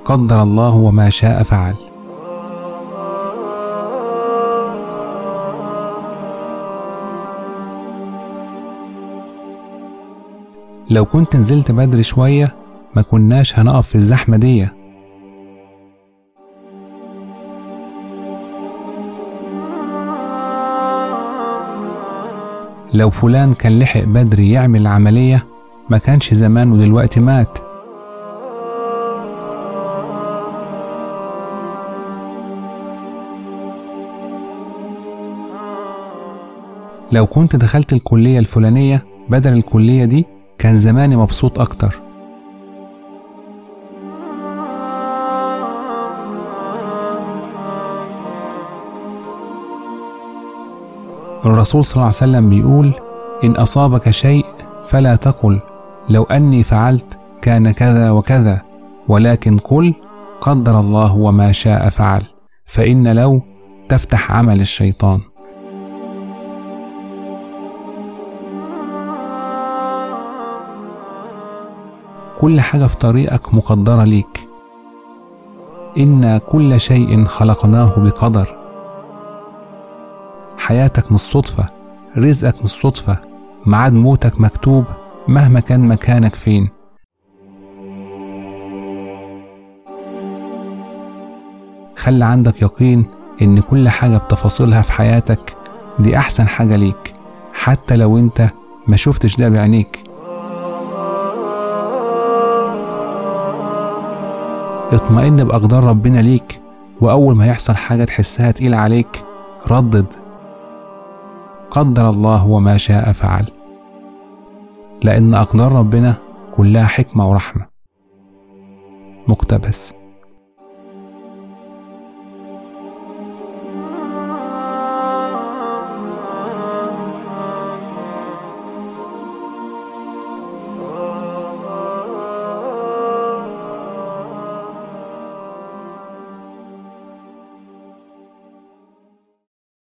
قدر الله وما شاء فعل. لو كنت نزلت بدري شوية ما كناش هنقف في الزحمة دي. لو فلان كان لحق بدري يعمل العملية ما كانش زمان ودلوقتي مات. لو كنت دخلت الكلية الفلانية بدل الكلية دي كان زماني مبسوط أكتر. الرسول صلى الله عليه وسلم بيقول: إن أصابك شيء فلا تقل لو أني فعلت كان كذا وكذا، ولكن قل قدر الله وما شاء فعل، فإن لو تفتح عمل الشيطان. كل حاجة في طريقك مقدرة ليك. إن كل شيء خلقناه بقدر. حياتك مش صدفة، رزقك مش صدفة، ميعاد موتك مكتوب مهما كان مكانك فين. خلي عندك يقين إن كل حاجة بتفاصيلها في حياتك دي أحسن حاجة ليك، حتى لو أنت ما شفتش ده بعينيك. اطمئن بأقدار ربنا ليك، وأول ما يحصل حاجة تحسها تقيلة عليك ردد قدر الله وما شاء فعل، لأن أقدار ربنا كلها حكمة ورحمة. مقتبس.